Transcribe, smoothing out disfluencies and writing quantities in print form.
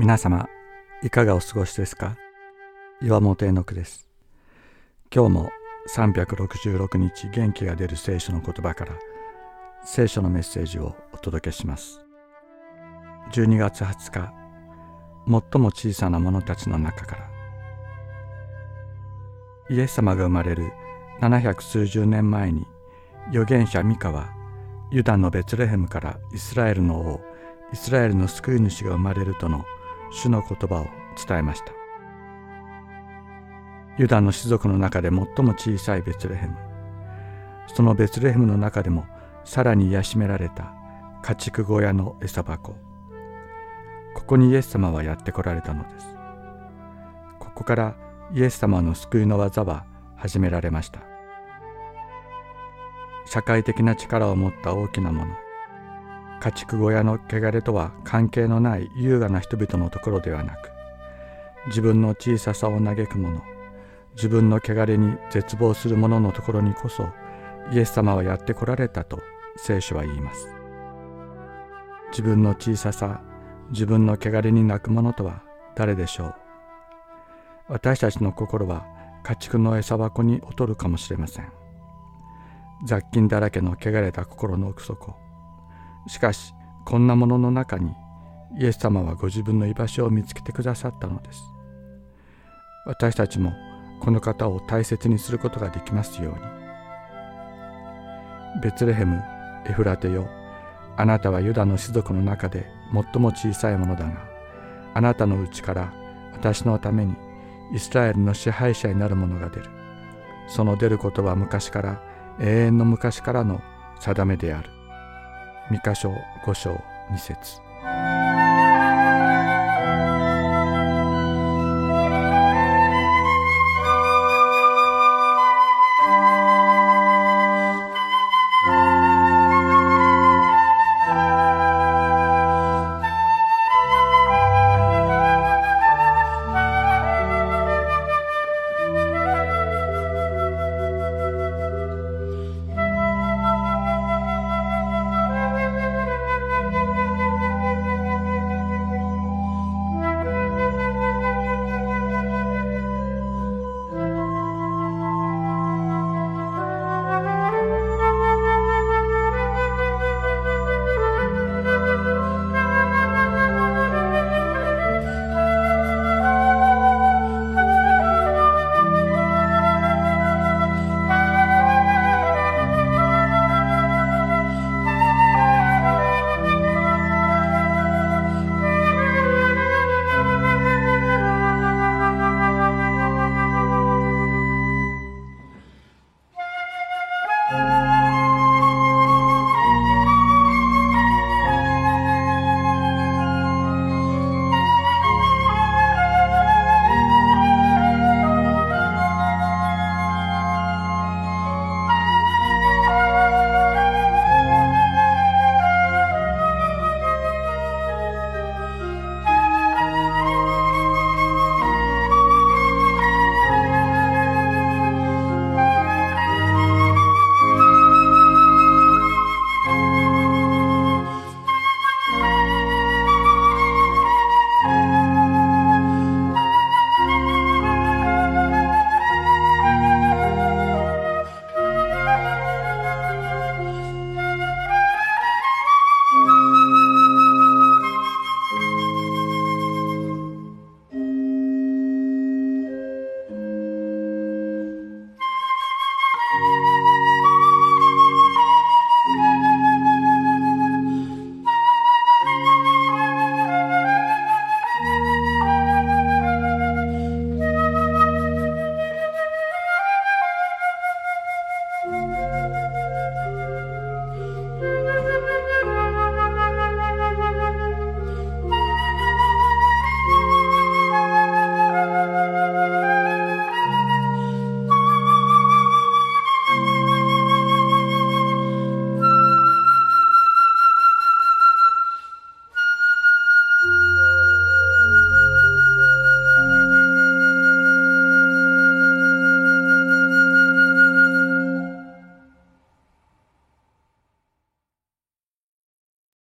皆様いかがお過ごしですか。岩本絵の句です。今日も366日元気が出る聖書の言葉から聖書のメッセージをお届けします。12月20日、最も小さな者たちの中から。イエス様が生まれる700数十年前に、預言者ミカはユダのベツレヘムからイスラエルの王、イスラエルの救い主が生まれるとの主の言葉を伝えました。ユダの氏族の中で最も小さいベツレヘム、そのベツレヘムの中でもさらに癒しめられた家畜小屋の餌箱、ここにイエス様はやって来られたのです。ここからイエス様の救いの技は始められました。社会的な力を持った大きなもの、家畜小屋の汚れとは関係のない優雅な人々のところではなく、自分の小ささを嘆く者、自分の汚れに絶望する者のところにこそイエス様はやって来られたと聖書は言います。自分の小ささ、自分の汚れに泣く者とは誰でしょう。私たちの心は家畜の餌箱に劣るかもしれません。雑菌だらけの汚れた心の奥底。しかしこんなものの中にイエス様はご自分の居場所を見つけてくださったのです。私たちもこの方を大切にすることができますように。ベツレヘム、エフラテよ、あなたはユダの氏族の中で最も小さいものだが、あなたのうちから私のためにイスラエルの支配者になる者が出る。その出ることは昔から永遠の昔からの定めである。ミカ書5章2節。